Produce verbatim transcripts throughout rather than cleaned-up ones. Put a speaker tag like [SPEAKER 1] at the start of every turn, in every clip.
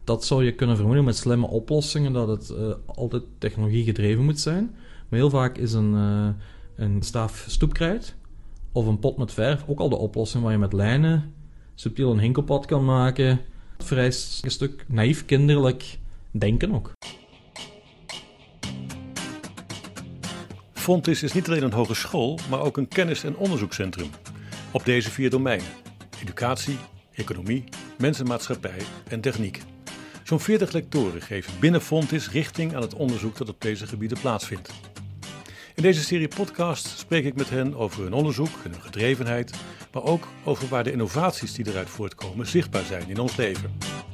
[SPEAKER 1] dat zou je kunnen vermoeden met slimme oplossingen, dat het uh, altijd technologie gedreven moet zijn. Maar heel vaak is een, uh, een staaf stoepkrijt of een pot met verf ook al de oplossing waar je met lijnen subtiel een hinkelpad kan maken. Het vereist een stuk naïef kinderlijk denken ook.
[SPEAKER 2] Fontys is niet alleen een hogeschool, maar ook een kennis- en onderzoekscentrum. Op deze vier domeinen: educatie, economie, mensenmaatschappij en techniek. Zo'n veertig lectoren geven binnen Fontys richting aan het onderzoek dat op deze gebieden plaatsvindt. In deze serie podcast spreek ik met hen over hun onderzoek en hun gedrevenheid, maar ook over waar de innovaties die eruit voortkomen zichtbaar zijn in ons leven.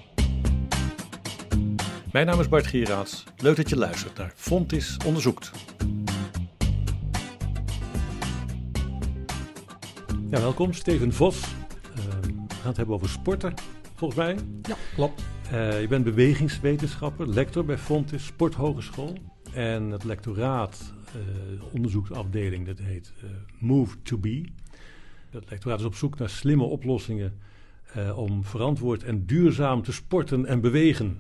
[SPEAKER 2] Mijn naam is Bart Gieraerts. Leuk dat je luistert naar Fontys Onderzoekt. Ja, welkom, Steven Vos. Uh, we gaan het hebben over sporten, volgens mij.
[SPEAKER 1] Ja, klopt.
[SPEAKER 2] Uh, je bent bewegingswetenschapper, lector bij Fontys Sporthogeschool. En het lectoraat, uh, onderzoeksafdeling, dat heet uh, Move to Be. Dat lectoraat is op zoek naar slimme oplossingen uh, om verantwoord en duurzaam te sporten en bewegen.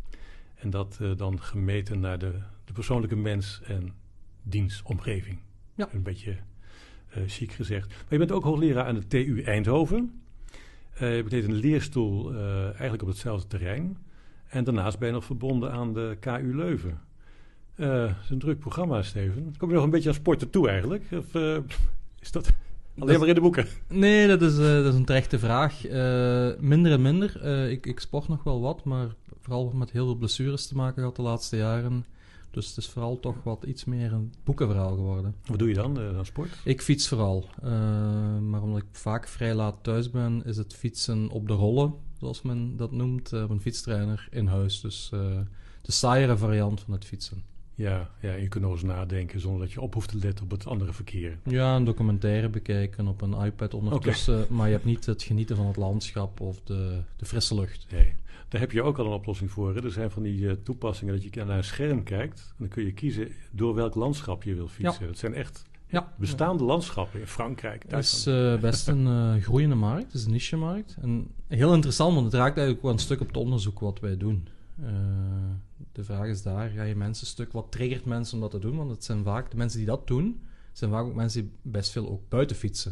[SPEAKER 2] En dat uh, dan gemeten naar de, de persoonlijke mens en dienstomgeving.
[SPEAKER 1] Ja.
[SPEAKER 2] Een beetje uh, chic gezegd. Maar je bent ook hoogleraar aan de T U Eindhoven. Uh, je bent een leerstoel uh, eigenlijk op hetzelfde terrein. En daarnaast ben je nog verbonden aan de K U Leuven. Uh, het is een druk programma, Steven. Kom je nog een beetje aan sporten toe eigenlijk? Of uh, is dat alleen dat maar in de boeken?
[SPEAKER 1] Nee, dat is, uh, dat is een terechte vraag. Uh, minder en minder. Uh, ik, ik sport nog wel wat, maar vooral met heel veel blessures te maken gehad de laatste jaren. Dus het is vooral toch wat iets meer een boekenverhaal geworden.
[SPEAKER 2] Wat doe je dan, uh, dan sport?
[SPEAKER 1] Ik fiets vooral. Uh, maar omdat ik vaak vrij laat thuis ben, is het fietsen op de rollen, zoals men dat noemt, uh, op een fietstrainer in huis. Dus uh, de saaiere variant van het fietsen.
[SPEAKER 2] Ja, ja, je kunt nog eens nadenken zonder dat je op hoeft te letten op het andere verkeer.
[SPEAKER 1] Ja, een documentaire bekijken op een iPad ondertussen. Okay. Maar je hebt niet het genieten van het landschap of de, de frisse lucht.
[SPEAKER 2] Nee, daar heb je ook al een oplossing voor. Hè? Er zijn van die uh, toepassingen dat je naar een scherm kijkt. En dan kun je kiezen door welk landschap je wil fietsen. Ja. Dat zijn echt ja. bestaande ja. landschappen in Frankrijk.
[SPEAKER 1] Het is uh, best een uh, groeiende markt. Het is een niche-markt. En heel interessant, want het raakt eigenlijk wel een stuk op het onderzoek wat wij doen. Uh, de vraag is daar, ga je mensen stuk, wat triggert mensen om dat te doen? Want het zijn vaak, de mensen die dat doen, zijn vaak ook mensen die best veel ook buiten fietsen.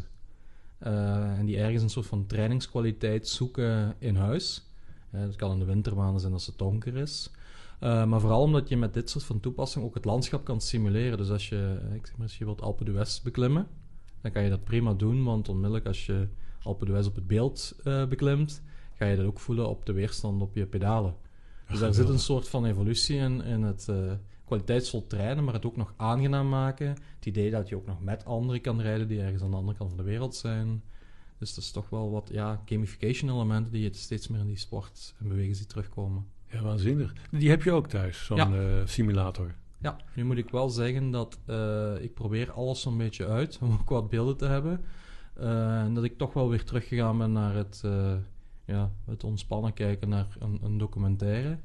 [SPEAKER 1] Uh, en die ergens een soort van trainingskwaliteit zoeken in huis. Uh, dat kan in de wintermaanden zijn als het donker is. Uh, maar vooral omdat je met dit soort van toepassingen ook het landschap kan simuleren. Dus als je, ik zeg maar, als je wilt Alpe d'Huez beklimmen, dan kan je dat prima doen, want onmiddellijk als je Alpe d'Huez op het beeld uh, beklimt, ga je dat ook voelen op de weerstand op je pedalen. Dus daar zit een soort van evolutie in, in het uh, kwaliteitsvol trainen, maar het ook nog aangenaam maken. Het idee dat je ook nog met anderen kan rijden die ergens aan de andere kant van de wereld zijn. Dus dat is toch wel wat ja, gamification elementen die je steeds meer in die sport en bewegen ziet terugkomen.
[SPEAKER 2] Ja, waanzinnig. Die heb je ook thuis, zo'n ja. uh, simulator.
[SPEAKER 1] Ja, nu moet ik wel zeggen dat uh, ik probeer alles zo'n beetje uit, om ook wat beelden te hebben. Uh, en dat ik toch wel weer teruggegaan ben naar het... Uh, Ja, het ontspannen kijken naar een, een documentaire.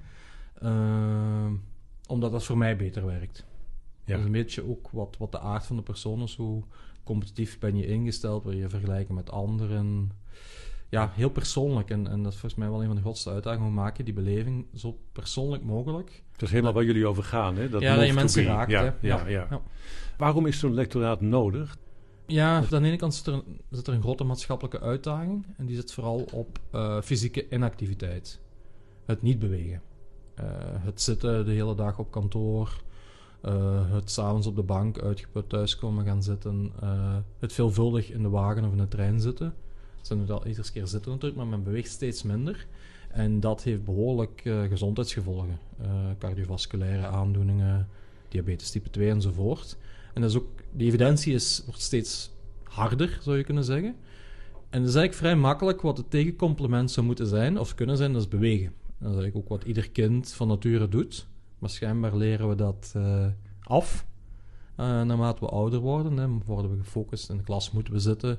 [SPEAKER 1] Uh, omdat dat voor mij beter werkt. Ja. Dus een beetje ook wat, wat de aard van de persoon is. Hoe competitief ben je ingesteld? Wil je vergelijken met anderen? Ja, heel persoonlijk. En, en dat is volgens mij wel een van de grootste uitdagingen. Hoe maak je die beleving zo persoonlijk mogelijk?
[SPEAKER 2] Dat is helemaal waar jullie over gaan, hè? Dat
[SPEAKER 1] ja, dat je mensen raakt.
[SPEAKER 2] Ja,
[SPEAKER 1] hè?
[SPEAKER 2] ja, ja. Ja. Ja. Waarom is zo'n lectoraat nodig?
[SPEAKER 1] Ja, aan de ene kant zit er, een, zit er een grote maatschappelijke uitdaging. En die zit vooral op uh, fysieke inactiviteit. Het niet bewegen. Uh, het zitten de hele dag op kantoor. Uh, het 's avonds op de bank uitgeput thuiskomen gaan zitten. Uh, het veelvuldig in de wagen of in de trein zitten. Het zijn wel iedere keer zitten natuurlijk, maar men beweegt steeds minder. En dat heeft behoorlijk uh, gezondheidsgevolgen. Uh, cardiovasculaire aandoeningen, diabetes type twee enzovoort. En dat is ook, die evidentie is, wordt steeds harder, zou je kunnen zeggen. En dat is eigenlijk vrij makkelijk wat het tegencomplement zou moeten zijn, of kunnen zijn, dat is bewegen. Dat is eigenlijk ook wat ieder kind van nature doet. Maar schijnbaar leren we dat uh, af. Uh, naarmate we ouder worden, hè, worden we gefocust, in de klas moeten we zitten.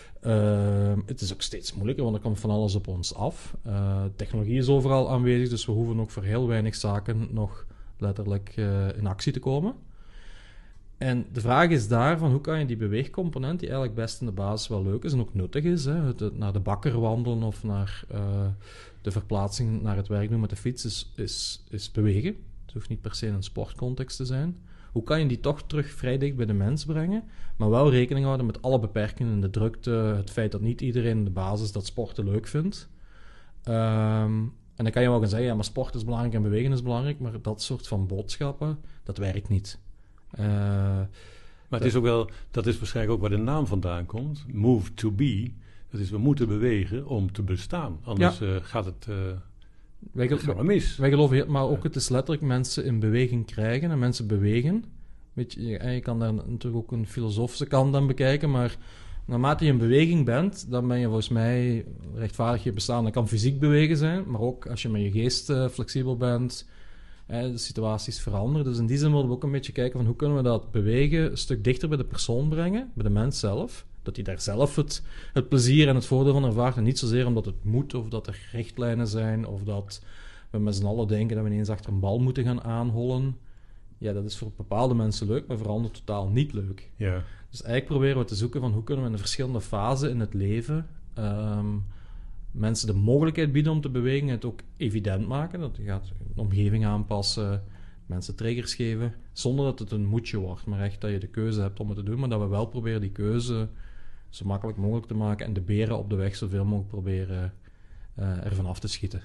[SPEAKER 1] Uh, het is ook steeds moeilijker, want er komt van alles op ons af. Uh, technologie is overal aanwezig, dus we hoeven ook voor heel weinig zaken nog letterlijk uh, in actie te komen. En de vraag is daar van hoe kan je die beweegcomponent, die eigenlijk best in de basis wel leuk is en ook nuttig is, hè, het, het naar de bakker wandelen of naar uh, de verplaatsing naar het werk doen met de fiets, is, is, is bewegen. Het hoeft niet per se in een sportcontext te zijn. Hoe kan je die toch terug vrij dicht bij de mens brengen, maar wel rekening houden met alle beperkingen en de drukte, het feit dat niet iedereen in de basis dat sporten leuk vindt. Um, en dan kan je wel gaan zeggen, ja, maar sport is belangrijk en bewegen is belangrijk, maar dat soort van boodschappen, dat werkt niet. Uh,
[SPEAKER 2] maar het is ook wel, dat is waarschijnlijk ook waar de naam vandaan komt. Move to be. Dat is, we moeten bewegen om te bestaan. Anders ja. uh, gaat het uh,
[SPEAKER 1] wij gel-
[SPEAKER 2] gaat maar mis.
[SPEAKER 1] Wij geloven, maar ook het is letterlijk mensen in beweging krijgen en mensen bewegen. Weet je, je, je kan daar natuurlijk ook een filosofische kant aan bekijken, maar naarmate je in beweging bent, dan ben je volgens mij rechtvaardig je bestaan. Dat kan fysiek bewegen zijn, maar ook als je met je geest uh, flexibel bent, hè, de situaties veranderen. Dus in die zin willen we ook een beetje kijken van hoe kunnen we dat bewegen een stuk dichter bij de persoon brengen, bij de mens zelf. Dat hij daar zelf het, het plezier en het voordeel van ervaart. En niet zozeer omdat het moet, of dat er richtlijnen zijn, of dat we met z'n allen denken dat we ineens achter een bal moeten gaan aanhollen. Ja, dat is voor bepaalde mensen leuk, maar voor anderen totaal niet leuk.
[SPEAKER 2] Ja.
[SPEAKER 1] Dus eigenlijk proberen we te zoeken van hoe kunnen we in de verschillende fasen in het leven um, mensen de mogelijkheid bieden om te bewegen en het ook evident maken. Dat je gaat de omgeving aanpassen, mensen triggers geven, zonder dat het een moetje wordt, maar echt dat je de keuze hebt om het te doen, maar dat we wel proberen die keuze zo makkelijk mogelijk te maken en de beren op de weg zoveel mogelijk proberen uh, ervan af te schieten.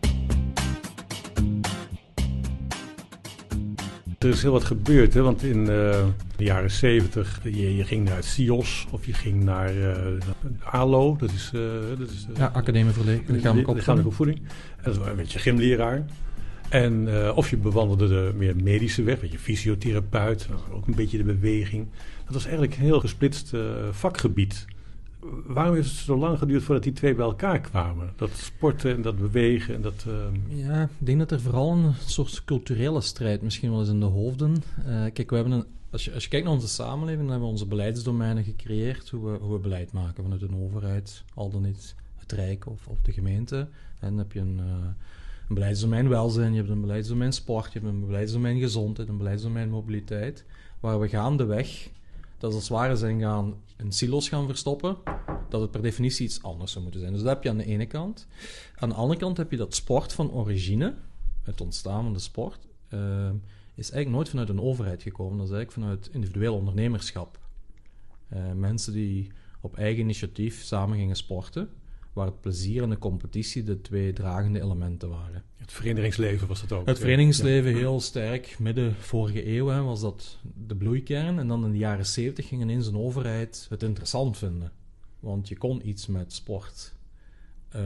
[SPEAKER 2] Er is heel wat gebeurd, hè? Want in uh, de jaren zeventig, je, je ging naar het S I O S of je ging naar uh, A L O, dat is... Uh, dat is uh,
[SPEAKER 1] ja, Academie voor Le- Lichamelijke Opvoeding.
[SPEAKER 2] Opvoeding. Dat was een beetje gymleraar. En uh, of je bewandelde de meer medische weg, weet je, fysiotherapeut, ook een beetje de beweging. Dat was eigenlijk een heel gesplitst uh, vakgebied. Waarom heeft het zo lang geduurd voordat die twee bij elkaar kwamen? Dat sporten en dat bewegen en dat... Uh...
[SPEAKER 1] Ja, ik denk dat er vooral een soort culturele strijd misschien wel eens in de hoofden. Uh, kijk, we hebben een, als, je, als je kijkt naar onze samenleving, dan hebben we onze beleidsdomeinen gecreëerd, hoe we, hoe we beleid maken vanuit een overheid, al dan niet het Rijk of, of de gemeente. En dan heb je een, uh, een beleidsdomein welzijn, je hebt een beleidsdomein sport, je hebt een beleidsdomein gezondheid, een beleidsdomein mobiliteit, waar we gaandeweg, dat als het ware zijn gaan in silo's gaan verstoppen, dat het per definitie iets anders zou moeten zijn. Dus dat heb je aan de ene kant. Aan de andere kant heb je dat sport van origine, het ontstaan van de sport, uh, is eigenlijk nooit vanuit een overheid gekomen. Dat is eigenlijk vanuit individueel ondernemerschap. Uh, mensen die op eigen initiatief samen gingen sporten, waar het plezier en de competitie de twee dragende elementen waren.
[SPEAKER 2] Het verenigingsleven was dat ook.
[SPEAKER 1] Het verenigingsleven, ja. Heel sterk. Midden vorige eeuw hè, was dat de bloeikern. En dan in de jaren zeventig ging ineens een overheid het interessant vinden. Want je kon iets met sport. Uh,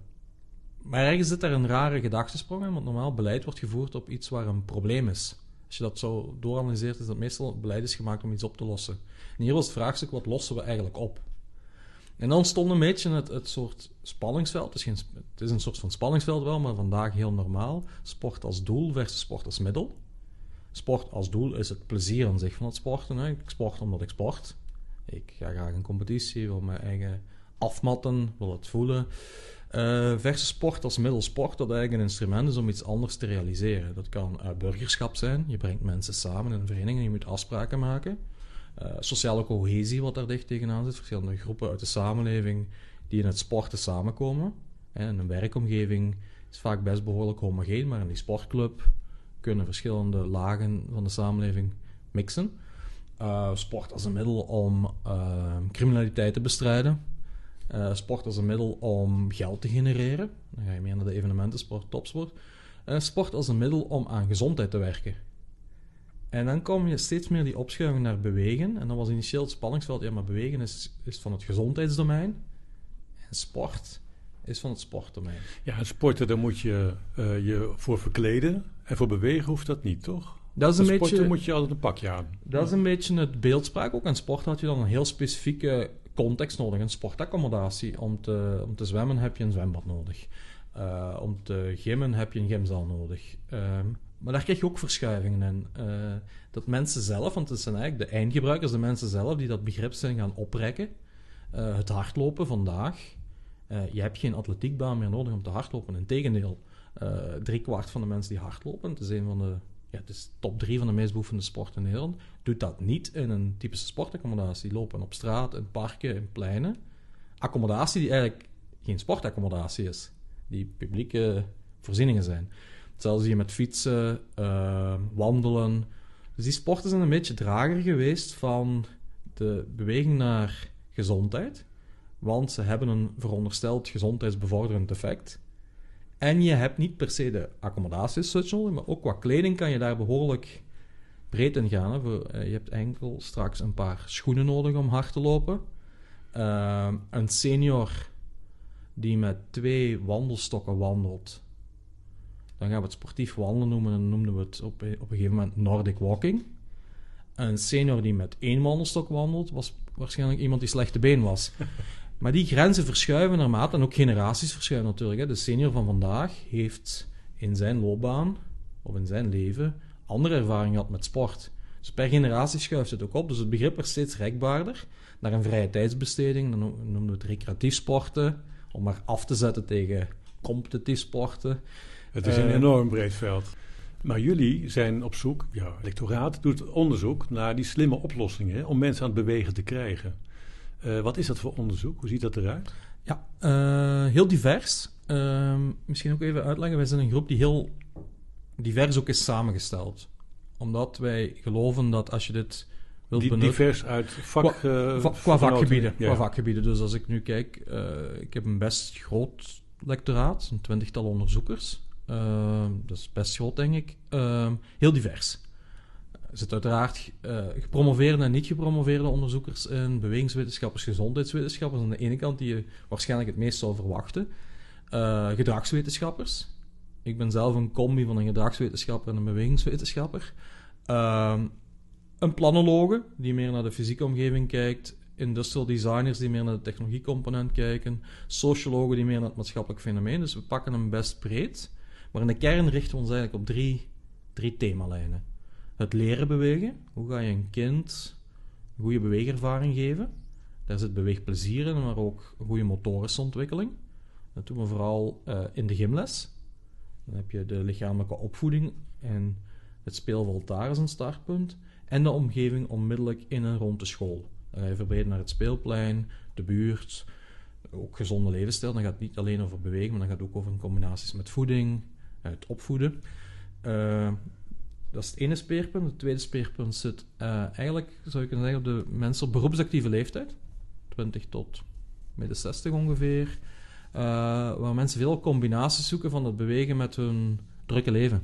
[SPEAKER 1] maar ergens zit daar een rare gedachtesprong in, want normaal beleid wordt gevoerd op iets waar een probleem is. Als je dat zo dooranalyseert, is dat meestal beleid is gemaakt om iets op te lossen. En hier was het vraagstuk, wat lossen we eigenlijk op? En dan stond een beetje het, het soort spanningsveld. Het is, geen, het is een soort van spanningsveld wel, maar vandaag heel normaal. Sport als doel versus sport als middel. Sport als doel is het plezier aan zich van het sporten. Hè. Ik sport omdat ik sport. Ik ga graag in competitie, wil mijn eigen afmatten, wil het voelen. Uh, versus sport als middel. Sport dat eigenlijk een instrument is om iets anders te realiseren. Dat kan uh, burgerschap zijn. Je brengt mensen samen in een vereniging en je moet afspraken maken. Uh, sociale cohesie, wat daar dicht tegenaan zit. Verschillende groepen uit de samenleving die in het sporten samenkomen. En een werkomgeving is vaak best behoorlijk homogeen, maar in die sportclub kunnen verschillende lagen van de samenleving mixen. Uh, sport als een middel om uh, criminaliteit te bestrijden. Uh, sport als een middel om geld te genereren. Dan ga je meer naar de evenementensport, topsport. Uh, sport als een middel om aan gezondheid te werken. En dan kom je steeds meer die opschuiving naar bewegen. En dan was initieel het spanningsveld, ja, maar bewegen is, is van het gezondheidsdomein. En sport is van het sportdomein.
[SPEAKER 2] Ja, het sporten, daar moet je uh, je voor verkleden. En voor bewegen hoeft dat niet, toch?
[SPEAKER 1] Dat is een
[SPEAKER 2] voor
[SPEAKER 1] beetje,
[SPEAKER 2] sporten moet je altijd een pakje aan.
[SPEAKER 1] Dat is een beetje het beeldspraak. Ook aan sport had je dan een heel specifieke context nodig. Een sportaccommodatie. Om te, om te zwemmen heb je een zwembad nodig. Uh, om te gymmen heb je een gymzaal nodig. Uh, maar daar krijg je ook verschuivingen in. Uh, dat mensen zelf, want het zijn eigenlijk de eindgebruikers, de mensen zelf, die dat begrip zijn gaan oprekken. Uh, het hardlopen vandaag. Uh, je hebt geen atletiekbaan meer nodig om te hardlopen. Integendeel, uh, drie kwart van de mensen die hardlopen, het is een van de ja, het is top drie van de meest beoefende sporten in Nederland, doet dat niet in een typische sportaccommodatie. Die lopen op straat, in parken, in pleinen. Accommodatie die eigenlijk geen sportaccommodatie is. Die publieke voorzieningen zijn. Hetzelfde zie je met fietsen, uh, wandelen. Dus die sporten zijn een beetje drager geweest van de beweging naar gezondheid. Want ze hebben een verondersteld gezondheidsbevorderend effect. En je hebt niet per se de accommodaties nodig, maar ook qua kleding kan je daar behoorlijk breed in gaan. Hè. Je hebt enkel straks een paar schoenen nodig om hard te lopen. Uh, een senior die met twee wandelstokken wandelt, dan gaan we het sportief wandelen noemen en dan noemden we het op, op een gegeven moment Nordic walking. Een senior die met één wandelstok wandelt, was waarschijnlijk iemand die slechte been was. Maar die grenzen verschuiven naarmate, en ook generaties verschuiven natuurlijk. Hè. De senior van vandaag heeft in zijn loopbaan, of in zijn leven, andere ervaring gehad met sport. Dus per generatie schuift het ook op. Dus het begrip wordt steeds rekbaarder naar een vrije tijdsbesteding. Dan noemen we het recreatief sporten, om maar af te zetten tegen competitief sporten.
[SPEAKER 2] Het is een uh, enorm breed veld. Maar jullie zijn op zoek, jouw lectoraat doet onderzoek naar die slimme oplossingen, hè, om mensen aan het bewegen te krijgen. Uh, wat is dat voor onderzoek? Hoe ziet dat eruit?
[SPEAKER 1] Ja, uh, heel divers. Uh, misschien ook even uitleggen. Wij zijn een groep die heel divers ook is samengesteld. Omdat wij geloven dat als je dit wilt
[SPEAKER 2] die,
[SPEAKER 1] benutten...
[SPEAKER 2] Divers uit vak...
[SPEAKER 1] Qua,
[SPEAKER 2] uh,
[SPEAKER 1] va, qua vakgebieden.
[SPEAKER 2] Ja.
[SPEAKER 1] Qua vakgebieden. Dus als ik nu kijk... Uh, ik heb een best groot lectoraat. Een twintigtal onderzoekers. Uh, dat is best groot, denk ik. Uh, heel divers. Er zitten uiteraard uh, gepromoveerde en niet gepromoveerde onderzoekers in, bewegingswetenschappers, gezondheidswetenschappers aan de ene kant, die je waarschijnlijk het meest zou verwachten. Uh, gedragswetenschappers. Ik ben zelf een combi van een gedragswetenschapper en een bewegingswetenschapper. Uh, een planologe, die meer naar de fysieke omgeving kijkt. Industrial designers, die meer naar de technologiecomponent kijken. Sociologen, die meer naar het maatschappelijk fenomeen. Dus we pakken hem best breed. Maar in de kern richten we ons eigenlijk op drie, drie themalijnen. Het leren bewegen. Hoe ga je een kind een goede beweegervaring geven? Daar zit beweegplezier in, maar ook een goede motorische ontwikkeling. Dat doen we vooral uh, in de gymles. Dan heb je de lichamelijke opvoeding en het speelveld daar is een startpunt. En de omgeving onmiddellijk in en rond de school. Dan ga je verbreden naar het speelplein, de buurt, ook gezonde levensstijl. Dan gaat het niet alleen over bewegen, maar dan gaat het ook over combinaties met voeding, het opvoeden. Uh, Dat is het ene speerpunt. Het tweede speerpunt zit uh, eigenlijk, zou je kunnen zeggen, op de mensen op beroepsactieve leeftijd. twintig tot midden zestig ongeveer. Uh, waar mensen veel combinaties zoeken van het bewegen met hun drukke leven.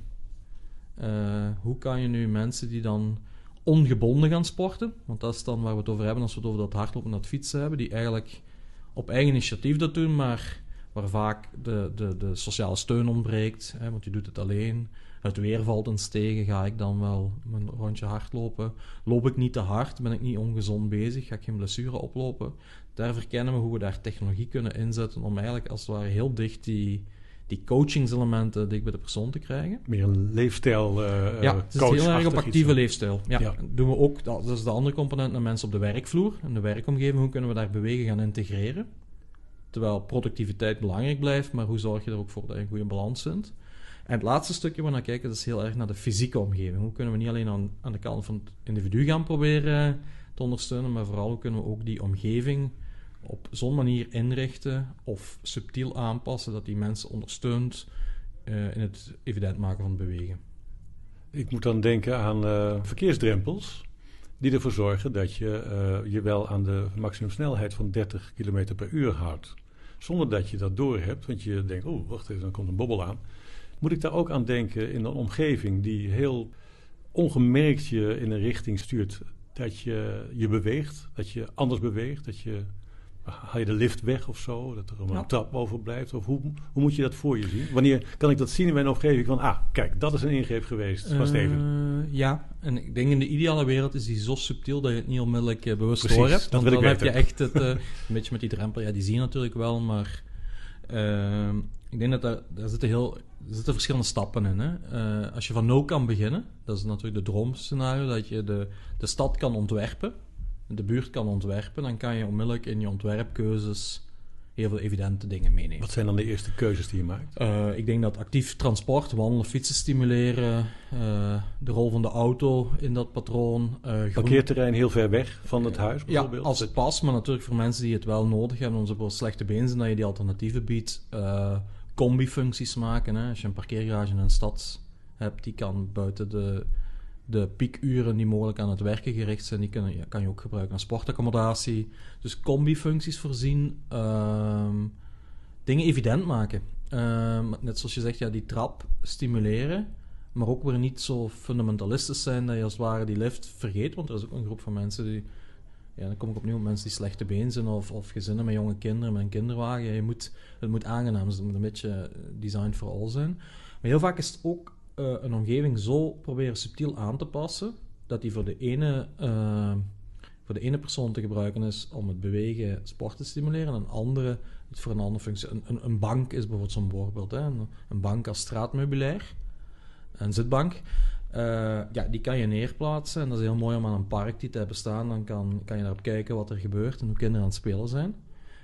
[SPEAKER 1] Uh, hoe kan je nu mensen die dan ongebonden gaan sporten, want dat is dan waar we het over hebben als we het over dat hardlopen en dat fietsen hebben, die eigenlijk op eigen initiatief dat doen, maar waar vaak de, de, de sociale steun ontbreekt, hè, want je doet het alleen. Het weer valt eens tegen, ga ik dan wel mijn rondje hardlopen? Loop ik niet te hard? Ben ik niet ongezond bezig? Ga ik geen blessure oplopen? Daar verkennen we hoe we daar technologie kunnen inzetten om eigenlijk als het ware heel dicht die, die coachingselementen dicht bij de persoon te krijgen.
[SPEAKER 2] Meer een leefstijl uh,
[SPEAKER 1] Ja, het is heel erg op actieve
[SPEAKER 2] iets.
[SPEAKER 1] leefstijl. Ja, ja. Doen we ook, dat is de andere component naar mensen op de werkvloer, in de werkomgeving. Hoe kunnen we daar bewegen gaan integreren? Terwijl productiviteit belangrijk blijft, maar hoe zorg je er ook voor dat je een goede balans vindt? En het laatste stukje waar we naar kijken, dat is heel erg naar de fysieke omgeving. Hoe kunnen we niet alleen aan, aan de kant van het individu gaan proberen te ondersteunen, maar vooral hoe kunnen we ook die omgeving op zo'n manier inrichten of subtiel aanpassen dat die mensen ondersteunt uh, in het evident maken van bewegen.
[SPEAKER 2] Ik moet dan denken aan uh, verkeersdrempels die ervoor zorgen dat je uh, je wel aan de maximumsnelheid van dertig kilometer per uur houdt. Zonder dat je dat doorhebt, want je denkt, oh, wacht even, dan komt een bobbel aan. Moet ik daar ook aan denken in een omgeving die heel ongemerkt je in een richting stuurt, dat je je beweegt, dat je anders beweegt, dat je, haal je de lift weg of zo, dat er een ja. trap overblijft, of hoe, hoe moet je dat voor je zien? Wanneer kan ik dat zien in mijn omgeving van, ah, kijk, dat is een ingreep geweest van uh, Steven?
[SPEAKER 1] Ja, en ik denk in de ideale wereld is die zo subtiel dat je het niet onmiddellijk uh, bewust
[SPEAKER 2] Precies,
[SPEAKER 1] door hebt.
[SPEAKER 2] Dat
[SPEAKER 1] want
[SPEAKER 2] wil
[SPEAKER 1] dan
[SPEAKER 2] ik
[SPEAKER 1] heb
[SPEAKER 2] weten.
[SPEAKER 1] je echt het, uh, een beetje met die drempel, ja, die zie je natuurlijk wel, maar uh, ik denk dat daar, daar zitten heel... Er zitten verschillende stappen in. Hè? Uh, als je van nul kan beginnen, dat is natuurlijk de droomscenario, dat je de, de stad kan ontwerpen, de buurt kan ontwerpen, dan kan je onmiddellijk in je ontwerpkeuzes heel veel evidente dingen meenemen.
[SPEAKER 2] Wat zijn dan de eerste keuzes die je maakt?
[SPEAKER 1] Uh, ik denk dat actief transport, wandelen, fietsen stimuleren, uh, de rol van de auto in dat patroon. Uh,
[SPEAKER 2] Parkeerterrein heel ver weg van het huis bijvoorbeeld?
[SPEAKER 1] Ja, als het past, maar natuurlijk voor mensen die het wel nodig hebben, onze bijvoorbeeld slechte been zijn, dat je die alternatieven biedt. Uh, combi-functies maken. Hè. Als je een parkeergarage in een stad hebt, die kan buiten de, de piekuren die mogelijk aan het werken gericht zijn, die kunnen, ja, kan je ook gebruiken als sportaccommodatie. Dus combi-functies voorzien. Uh, dingen evident maken. Uh, net zoals je zegt, ja, die trap stimuleren, maar ook weer niet zo fundamentalistisch zijn dat je als het ware die lift vergeet, want er is ook een groep van mensen die, ja, dan kom ik opnieuw op mensen die slechte been zijn of, of gezinnen met jonge kinderen met een kinderwagen. Ja, je moet, het moet aangenaam zijn, het moet een beetje design for all zijn. Maar heel vaak is het ook uh, een omgeving zo proberen subtiel aan te passen, dat die voor de ene... Uh, voor de ene persoon te gebruiken is om het bewegen, sport te stimuleren, en een andere het voor een andere functie. Een, een, een bank is bijvoorbeeld zo'n voorbeeld. Hè? Een, een bank als straatmeubilair, een zitbank, uh, ja, die kan je neerplaatsen en dat is heel mooi om aan een park die te hebben staan. Dan kan, kan je daarop kijken wat er gebeurt en hoe kinderen aan het spelen zijn.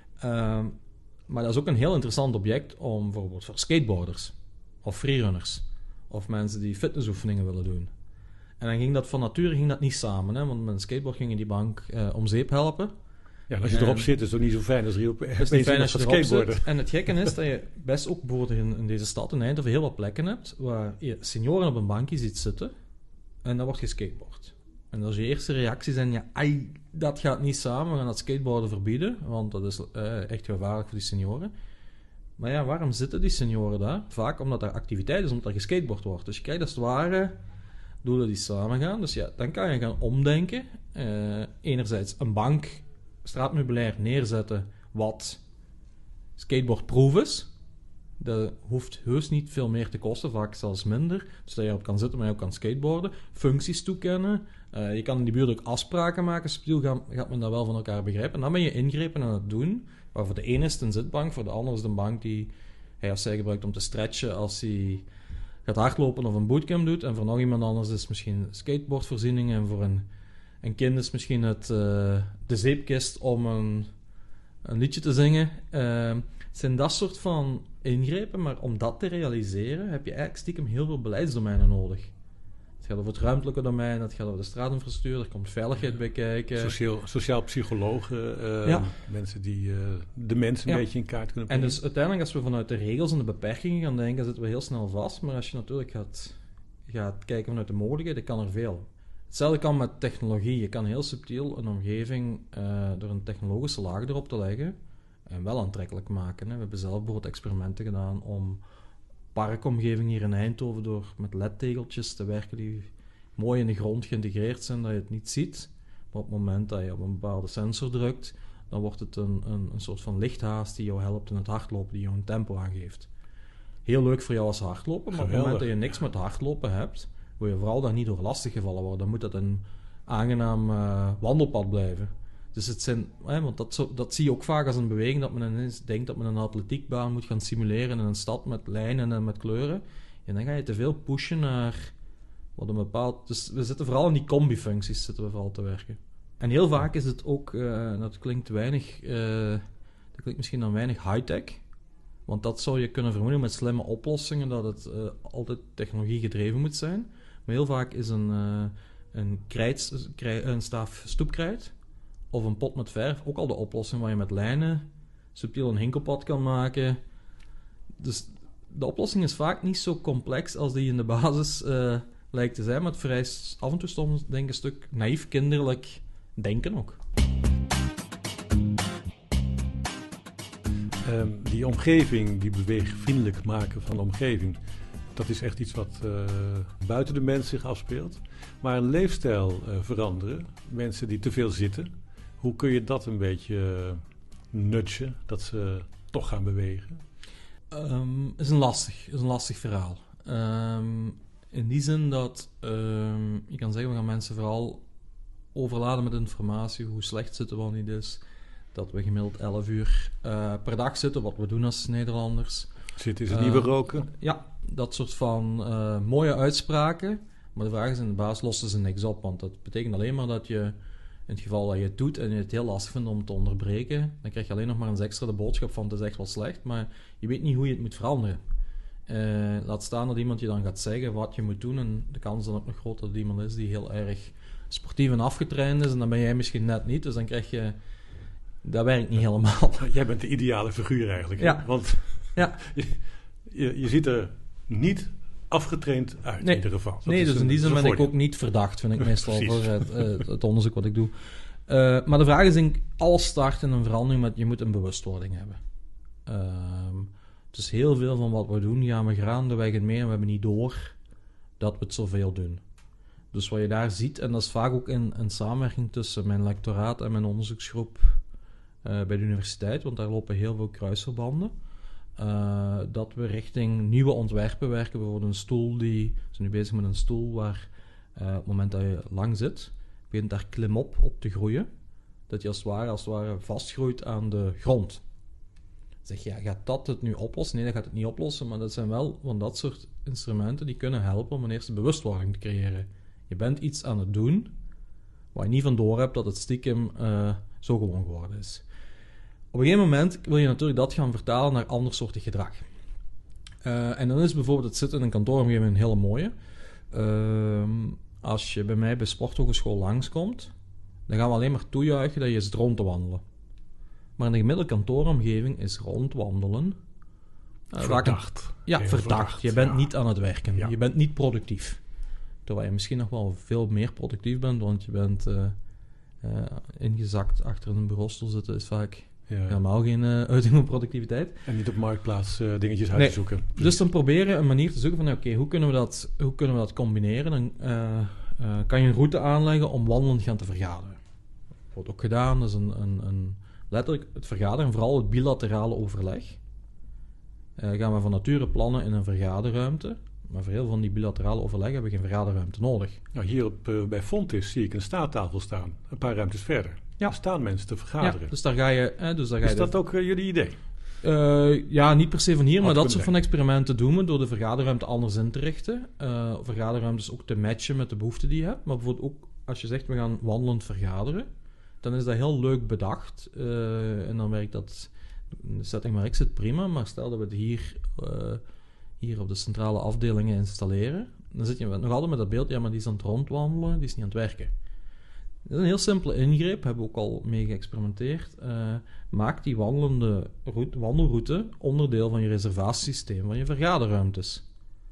[SPEAKER 1] Uh, maar dat is ook een heel interessant object om bijvoorbeeld voor skateboarders of freerunners of mensen die fitnessoefeningen willen doen. En dan ging dat van nature ging dat niet samen, hè? Want met een skateboard ging je die bank uh, om zeep helpen.
[SPEAKER 2] Ja, en als je en, erop zit, is het ook niet zo fijn als er op
[SPEAKER 1] is niet fijn als je erop zit. En het gekke is dat je best ook bijvoorbeeld in, in deze stad in Eindhoven heel wat plekken hebt waar je senioren op een bankje ziet zitten en dan wordt geskateboard. En als je eerste reactie zijn, ja, ai, dat gaat niet samen, we gaan dat skateboarden verbieden, want dat is uh, echt gevaarlijk voor die senioren. Maar ja, waarom zitten die senioren daar? Vaak omdat er activiteit is, omdat er geskateboard wordt. Dus je krijgt als het ware doelen die samen gaan. Dus ja, dan kan je gaan omdenken. Uh, enerzijds een bank, straatmeubilair neerzetten wat skateboardproof is. Dat hoeft heus niet veel meer te kosten, vaak zelfs minder. Dus dat je erop kan zitten, maar je ook kan skateboarden. Functies toekennen. Uh, je kan in die buurt ook afspraken maken. Subtiel gaat, gaat men dat wel van elkaar begrijpen. En dan ben je ingrepen aan het doen. Maar voor de ene is het een zitbank, voor de ander is het een bank die hij of zij gebruikt om te stretchen als hij gaat hardlopen of een bootcamp doet. En voor nog iemand anders is het misschien skateboardvoorziening. En voor een, een kind is misschien het, uh, de zeepkist om een, een liedje te zingen. Uh, het zijn dat soort van ingrepen, maar om dat te realiseren heb je eigenlijk stiekem heel veel beleidsdomeinen nodig. Het gaat over het ruimtelijke domein, het gaat over de straatinfrastructuur, er komt veiligheid bij kijken.
[SPEAKER 2] Sociaal, sociaal psychologen, uh, ja. mensen die uh, de mensen een ja. beetje in kaart kunnen brengen.
[SPEAKER 1] En dus uiteindelijk, als we vanuit de regels en de beperkingen gaan denken, zitten we heel snel vast. Maar als je natuurlijk gaat, gaat kijken vanuit de mogelijkheden, kan er veel. Hetzelfde kan met technologie. Je kan heel subtiel een omgeving uh, door een technologische laag erop te leggen en wel aantrekkelijk maken. Hè. We hebben zelf bijvoorbeeld experimenten gedaan om parkomgeving hier in Eindhoven door met L E D-tegeltjes te werken die mooi in de grond geïntegreerd zijn, dat je het niet ziet. Maar op het moment dat je op een bepaalde sensor drukt, dan wordt het een, een, een soort van lichthaas die jou helpt in het hardlopen, die jou een tempo aangeeft. Heel leuk voor jou als hardlopen, maar Geweldig. Op het moment dat je niks met hardlopen hebt, wil je vooral daar niet door lastig gevallen worden. Dan moet dat een aangenaam uh, wandelpad blijven. Dus het zijn, hè, want dat, zo, dat zie je ook vaak als een beweging, dat men ineens denkt dat men een atletiekbaan moet gaan simuleren in een stad met lijnen en met kleuren. En dan ga je te veel pushen naar wat een bepaald... Dus we zitten vooral in die combi-functies zitten we vooral te werken. En heel vaak is het ook, uh, dat klinkt weinig, uh, dat klinkt misschien dan weinig high-tech, want dat zou je kunnen vermoeden met slimme oplossingen, dat het uh, altijd technologie gedreven moet zijn. Maar heel vaak is een, uh, een, krijt, krij, een staaf stoepkrijt of een pot met verf ook al de oplossing waar je met lijnen subtiel een hinkelpad kan maken. Dus de oplossing is vaak niet zo complex als die in de basis uh, lijkt te zijn, maar het vereist af en toe soms denk ik een stuk naïef kinderlijk denken ook.
[SPEAKER 2] Um, die omgeving, die beweegvriendelijk maken van de omgeving, dat is echt iets wat uh, buiten de mens zich afspeelt. Maar een leefstijl uh, veranderen, mensen die te veel zitten, hoe kun je dat een beetje uh, nudgen, dat ze toch gaan bewegen?
[SPEAKER 1] Um, is een lastig, is een lastig verhaal. Um, in die zin dat um, je kan zeggen, we gaan mensen vooral overladen met informatie, hoe slecht zitten we al niet is. Dat we gemiddeld elf uur uh, per dag zitten, wat we doen als Nederlanders.
[SPEAKER 2] Zitten is het uh, nieuwe roken?
[SPEAKER 1] Ja, dat soort van uh, mooie uitspraken. Maar de vraag is in de basis lossen ze niks op. Want dat betekent alleen maar dat je In het geval dat je het doet en je het heel lastig vindt om te onderbreken, dan krijg je alleen nog maar eens extra de boodschap van het is echt wel slecht, maar je weet niet hoe je het moet veranderen. Uh, laat staan dat iemand je dan gaat zeggen wat je moet doen en de kans is dan ook nog groter dat iemand is die heel erg sportief en afgetraind is en dan ben jij misschien net niet, dus dan krijg je... Dat werkt niet helemaal.
[SPEAKER 2] Jij bent de ideale figuur eigenlijk.
[SPEAKER 1] Ja.
[SPEAKER 2] Want
[SPEAKER 1] ja.
[SPEAKER 2] je, je, je ziet er niet afgetraind uit
[SPEAKER 1] nee.
[SPEAKER 2] in ieder geval. Dat
[SPEAKER 1] nee, dus
[SPEAKER 2] een,
[SPEAKER 1] in die zin ben
[SPEAKER 2] voordeel.
[SPEAKER 1] ik ook niet verdacht, vind ik meestal voor het, uh, het onderzoek wat ik doe. Uh, maar de vraag is, denk ik, alles start in een verandering met je moet een bewustwording hebben. Uh, dus heel veel van wat we doen, gaan we gaandeweg in mee en we hebben niet door dat we het zoveel doen. Dus wat je daar ziet, en dat is vaak ook in, in samenwerking tussen mijn lectoraat en mijn onderzoeksgroep uh, bij de universiteit, want daar lopen heel veel kruisverbanden, uh, dat we richting nieuwe ontwerpen werken. Bijvoorbeeld een stoel, die, we zijn nu bezig met een stoel waar uh, op het moment dat je lang zit, begint daar klimop op te groeien, dat je als het ware, als het ware vastgroeit aan de grond. Dan zeg je, ja, gaat dat het nu oplossen? Nee, dat gaat het niet oplossen, maar dat zijn wel van dat soort instrumenten die kunnen helpen om een eerste bewustwording te creëren. Je bent iets aan het doen waar je niet van door hebt dat het stiekem uh, zo gewoon geworden is. Op een gegeven moment wil je natuurlijk dat gaan vertalen naar ander soortig gedrag. Uh, en dan is bijvoorbeeld het zitten in een kantooromgeving een hele mooie. Uh, als je bij mij bij Sporthogeschool langskomt, dan gaan we alleen maar toejuichen dat je zit rond te wandelen. Maar in de gemiddelde kantooromgeving is rondwandelen...
[SPEAKER 2] Uh, verdacht.
[SPEAKER 1] Een, ja, verdacht. verdacht. Je bent ja. niet aan het werken. Ja. Je bent niet productief. Terwijl je misschien nog wel veel meer productief bent, want je bent uh, uh, ingezakt achter een bureaustoel zitten, is vaak ja. helemaal geen uh, uiting van productiviteit.
[SPEAKER 2] En niet op Marktplaats uh, dingetjes uit
[SPEAKER 1] nee.
[SPEAKER 2] te zoeken.
[SPEAKER 1] Dus dan proberen een manier te zoeken van, oké, okay, hoe kunnen we dat, hoe kunnen we dat combineren? Dan uh, uh, kan je een route aanleggen om wandelend gaan te vergaderen. Dat wordt ook gedaan, dus een, een, een, letterlijk het vergaderen, vooral het bilaterale overleg. Uh, gaan we van nature plannen in een vergaderruimte. Maar voor heel veel van die bilaterale overleg hebben we geen vergaderruimte nodig.
[SPEAKER 2] Nou, hier op, uh, bij Fontis zie ik een staattafel staan. Een paar ruimtes verder. Ja. Er staan mensen te vergaderen.
[SPEAKER 1] Ja, dus daar ga je... Eh, dus daar ga
[SPEAKER 2] is
[SPEAKER 1] je
[SPEAKER 2] dat
[SPEAKER 1] de...
[SPEAKER 2] ook uh, jullie idee?
[SPEAKER 1] Uh, ja, niet per se van hier, Had maar dat soort van experimenten doen we door de vergaderruimte anders in te richten. Uh, vergaderruimtes ook te matchen met de behoeften die je hebt. Maar bijvoorbeeld ook als je zegt we gaan wandelend vergaderen, dan is dat heel leuk bedacht. Uh, en dan werkt dat... In de setting waar ik zit prima, maar stel dat we het hier... Uh, hier op de centrale afdelingen installeren, dan zit je nog altijd met dat beeld, ja, maar die is aan het rondwandelen, die is niet aan het werken. Dat is een heel simpele ingreep, hebben we ook al mee geëxperimenteerd. Uh, maak die wandelende route, wandelroute onderdeel van je reservatiesysteem van je vergaderruimtes.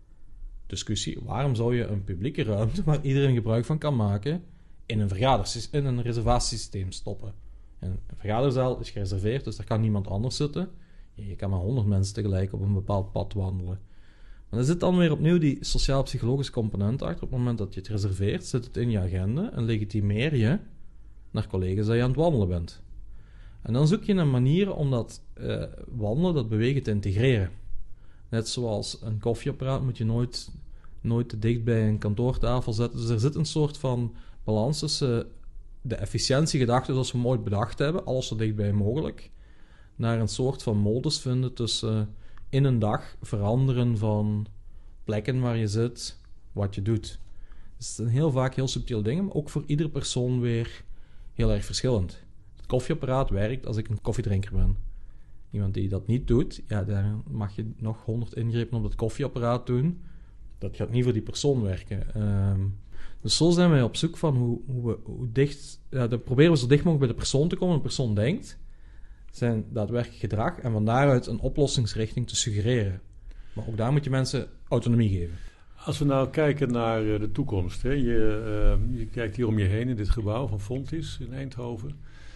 [SPEAKER 1] Discussie, waarom zou je een publieke ruimte waar iedereen gebruik van kan maken in een, vergaders, in een reservatiesysteem stoppen? En een vergaderzaal is gereserveerd, dus daar kan niemand anders zitten. Je kan maar honderd mensen tegelijk op een bepaald pad wandelen. Maar er zit dan weer opnieuw die sociaal-psychologische component achter. Op het moment dat je het reserveert, zit het in je agenda en legitimeer je naar collega's dat je aan het wandelen bent. En dan zoek je een manier om dat uh, wandelen, dat bewegen te integreren. Net zoals een koffieapparaat moet je nooit, nooit te dicht bij een kantoortafel zetten. Dus er zit een soort van balans tussen de efficiëntiegedachte zoals we hem ooit bedacht hebben, alles zo dichtbij mogelijk, naar een soort van modus vinden tussen uh, in een dag veranderen van plekken waar je zit, wat je doet. Dus het zijn heel vaak heel subtiele dingen, maar ook voor iedere persoon weer heel erg verschillend. Het koffieapparaat werkt als ik een koffiedrinker ben. Iemand die dat niet doet, ja, daar mag je nog honderd ingrepen op dat koffieapparaat doen. Dat gaat niet voor die persoon werken. Um, dus zo zijn wij op zoek van hoe, hoe, we, hoe dicht... Ja, dan proberen we zo dicht mogelijk bij de persoon te komen. De persoon denkt, zijn daadwerkelijk gedrag, en van daaruit een oplossingsrichting te suggereren. Maar ook daar moet je mensen autonomie geven.
[SPEAKER 2] Als we nou kijken naar uh, de toekomst, hè? Je, uh, je kijkt hier om je heen in dit gebouw van Fontis in Eindhoven.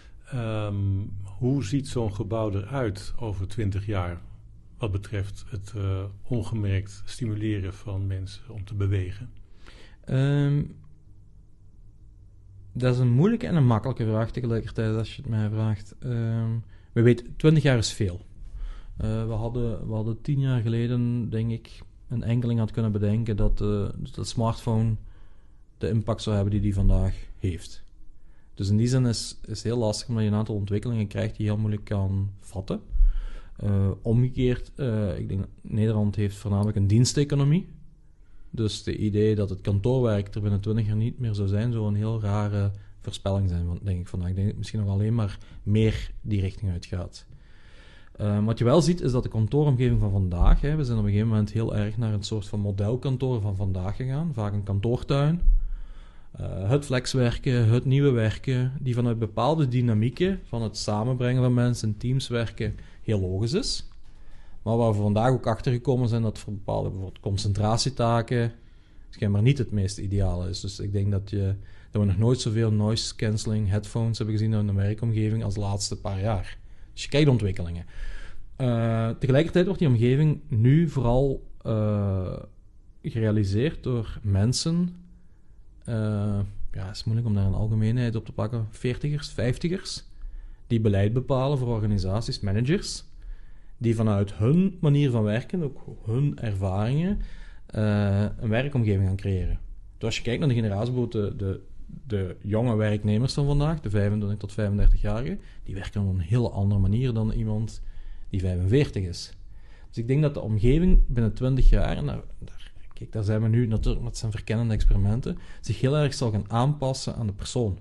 [SPEAKER 2] Um, hoe ziet zo'n gebouw eruit over twintig jaar wat betreft het uh, ongemerkt stimuleren van mensen om te bewegen?
[SPEAKER 1] Um, dat is een moeilijke en een makkelijke vraag tegelijkertijd als je het mij vraagt. Um, we weten, twintig jaar is veel. Uh, we, hadden, we hadden tien jaar geleden, denk ik, een enkeling had kunnen bedenken dat uh, de smartphone de impact zou hebben die die vandaag heeft. Dus in die zin is het heel lastig omdat je een aantal ontwikkelingen krijgt die je heel moeilijk kan vatten. Uh, omgekeerd, uh, ik denk Nederland heeft voornamelijk een diensteconomie. Dus het idee dat het kantoorwerk er binnen twintig jaar niet meer zou zijn, zou een heel rare voorspelling zijn, van, denk ik vandaag. Ik denk dat het misschien nog alleen maar meer die richting uitgaat. Uh, wat je wel ziet, is dat de kantooromgeving van vandaag, hè, we zijn op een gegeven moment heel erg naar een soort van modelkantoor van vandaag gegaan, vaak een kantoortuin. Uh, het flexwerken, het nieuwe werken, die vanuit bepaalde dynamieken van het samenbrengen van mensen in teams werken heel logisch is. Maar waar we vandaag ook achter gekomen zijn dat voor bepaalde bijvoorbeeld concentratietaken schijnbaar niet het meest ideale is. Dus ik denk dat, je, dat we nog nooit zoveel noise cancelling headphones hebben gezien in de werkomgeving als de laatste paar jaar. Dus je kijkt de ontwikkelingen. Uh, tegelijkertijd wordt die omgeving nu vooral uh, gerealiseerd door mensen. Uh, ja, het is moeilijk om daar een algemeenheid op te pakken. veertigers, vijftigers, die beleid bepalen voor organisaties, managers, die vanuit hun manier van werken, ook hun ervaringen, uh, een werkomgeving gaan creëren. Dus als je kijkt naar de generatie, bijvoorbeeld de, de, de jonge werknemers van vandaag, de vijfentwintig tot vijfendertig-jarigen, die werken op een heel andere manier dan iemand die vijfenveertig is. Dus ik denk dat de omgeving binnen twintig jaar, en daar, daar, kijk, daar zijn we nu natuurlijk met zijn verkennende experimenten, zich heel erg zal gaan aanpassen aan de persoon.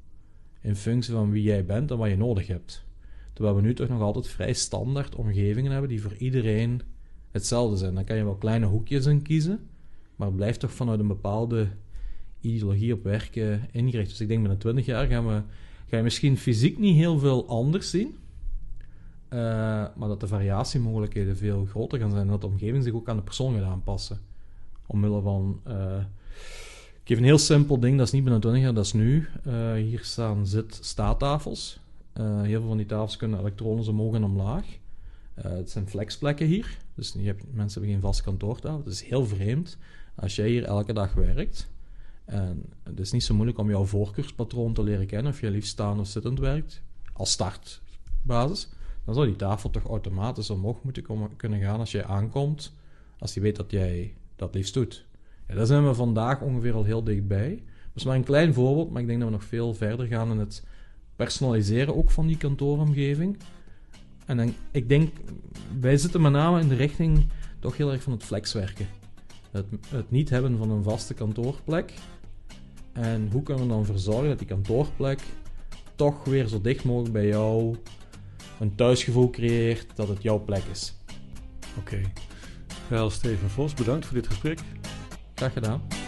[SPEAKER 1] In functie van wie jij bent en wat je nodig hebt. Terwijl we nu toch nog altijd vrij standaard omgevingen hebben die voor iedereen hetzelfde zijn. Dan kan je wel kleine hoekjes in kiezen, maar het blijft toch vanuit een bepaalde ideologie op werken ingericht. Dus ik denk binnen twintig jaar gaan we, ga je misschien fysiek niet heel veel anders zien, uh, maar dat de variatiemogelijkheden veel groter gaan zijn en dat de omgeving zich ook aan de persoon gaat aanpassen. Omwille van... Uh, ik geef een heel simpel ding, dat is niet binnen twintig jaar, dat is nu. Uh, hier staan zit-staattafels. Uh, heel veel van die tafels kunnen elektrones omhoog en omlaag. Uh, het zijn flexplekken hier, dus je hebt, mensen hebben geen vaste kantoortafel. Het is heel vreemd als jij hier elke dag werkt. En het is niet zo moeilijk om jouw voorkeurspatroon te leren kennen, of je liefst staan of zittend werkt, als startbasis. Dan zou die tafel toch automatisch omhoog moeten komen, kunnen gaan als jij aankomt, als die weet dat jij dat liefst doet. Ja, daar zijn we vandaag ongeveer al heel dichtbij. Dat is maar een klein voorbeeld, maar ik denk dat we nog veel verder gaan in het personaliseren ook van die kantooromgeving. En dan, ik denk, wij zitten met name in de richting toch heel erg van het flexwerken. Het, het niet hebben van een vaste kantoorplek. En hoe kunnen we dan ervoor zorgen dat die kantoorplek toch weer zo dicht mogelijk bij jou een thuisgevoel creëert, dat het jouw plek is.
[SPEAKER 2] Oké. Okay. Wel, Steven Vos, bedankt voor dit gesprek.
[SPEAKER 1] Graag gedaan.